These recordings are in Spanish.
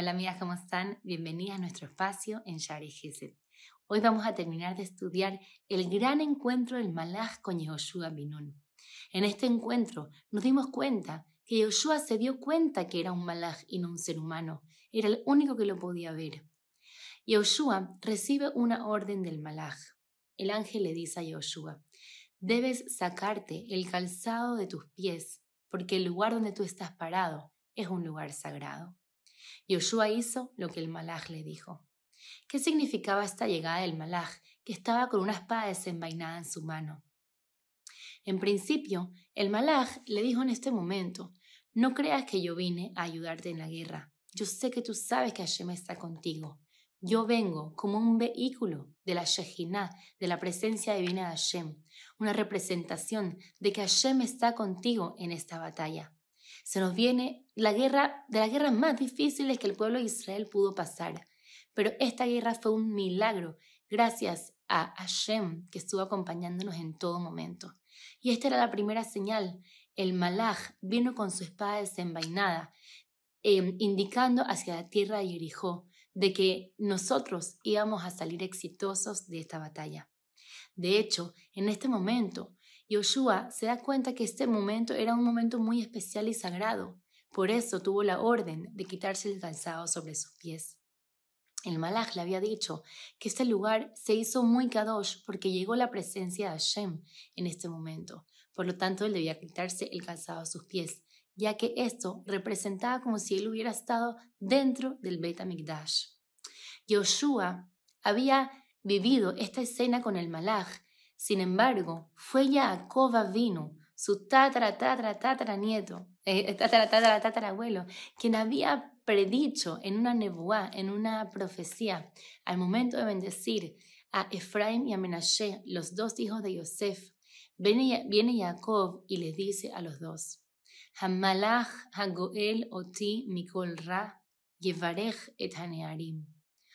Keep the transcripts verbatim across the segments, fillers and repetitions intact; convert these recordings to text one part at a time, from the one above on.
Hola amigas, ¿cómo están? Bienvenidas a nuestro espacio en Sha'arei Gesed. Hoy vamos a terminar de estudiar el gran encuentro del Malaj con Yehoshua ben Nun. En este encuentro nos dimos cuenta que Yehoshua se dio cuenta que era un Malaj y no un ser humano. Era el único que lo podía ver. Yehoshua recibe una orden del Malaj. El ángel le dice a Yehoshua: debes sacarte el calzado de tus pies, porque el lugar donde tú estás parado es un lugar sagrado. Yehoshua hizo lo que el Malaj le dijo. ¿Qué significaba esta llegada del Malaj, que estaba con una espada desenvainada en su mano? En principio, el Malaj le dijo en este momento: no creas que yo vine a ayudarte en la guerra. Yo sé que tú sabes que Hashem está contigo. Yo vengo como un vehículo de la Shejinah, de la presencia divina de Hashem, una representación de que Hashem está contigo en esta batalla. Se nos viene la guerra, de las guerras más difíciles que el pueblo de Israel pudo pasar. Pero esta guerra fue un milagro gracias a Hashem, que estuvo acompañándonos en todo momento. Y esta era la primera señal. El Malaj vino con su espada desenvainada, eh, indicando hacia la tierra de Jericó, de que nosotros íbamos a salir exitosos de esta batalla. De hecho, en este momento, Yehoshua se da cuenta que este momento era un momento muy especial y sagrado. Por eso tuvo la orden de quitarse el calzado sobre sus pies. El Malaj le había dicho que este lugar se hizo muy kadosh porque llegó la presencia de Hashem en este momento. Por lo tanto, él debía quitarse el calzado a sus pies, ya que esto representaba como si él hubiera estado dentro del Beit HaMikdash. Yehoshua había vivido esta escena con el Malaj. Sin embargo, fue Jacob vino, su tatara, tatara, tatara nieto, eh, tatara, tatara, tatara abuelo, quien había predicho en una nebuá, en una profecía, al momento de bendecir a Efraim y a Menashe, los dos hijos de Yosef. Viene, viene Jacob y les dice a los dos: Hamalach hagoel oti mikol ra, yevarech et hanearim.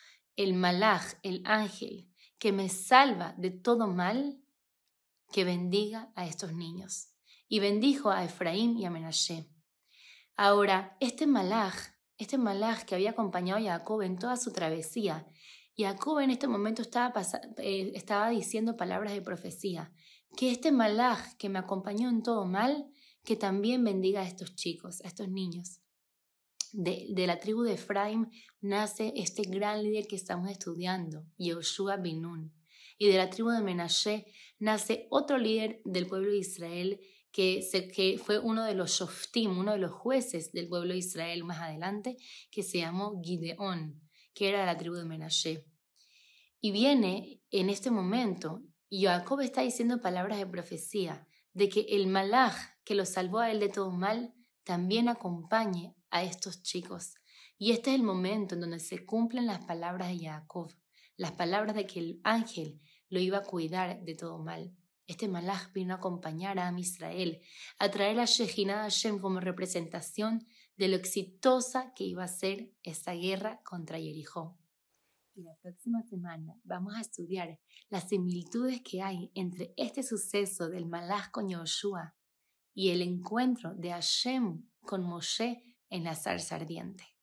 El Malaj, el ángel, que me salva de todo mal, que bendiga a estos niños. Y bendijo a Efraín y a Menashe. Ahora, este Malaj, este Malaj que había acompañado a Jacob en toda su travesía, Jacob en este momento estaba, eh, estaba diciendo palabras de profecía, que este Malaj que me acompañó en todo mal, que también bendiga a estos chicos, a estos niños. De, de la tribu de Efraim nace este gran líder que estamos estudiando, Yehoshua ben Nun. Y de la tribu de Menashe nace otro líder del pueblo de Israel que, se, que fue uno de los shoftim, uno de los jueces del pueblo de Israel más adelante, que se llamó Gideón, que era de la tribu de Menashe. Y viene en este momento, y Jacob está diciendo palabras de profecía, de que el Malaj que lo salvó a él de todo mal, también acompañe a estos chicos. Y este es el momento en donde se cumplen las palabras de Jacob, las palabras de que el ángel lo iba a cuidar de todo mal. Este Malaj vino a acompañar a Am Israel, a traer a Shejinah Hashem como representación de lo exitosa que iba a ser esta guerra contra Jericó. Y la próxima semana vamos a estudiar las similitudes que hay entre este suceso del Malaj con Yehoshua y el encuentro de Hashem con Moshe en la zarza ardiente.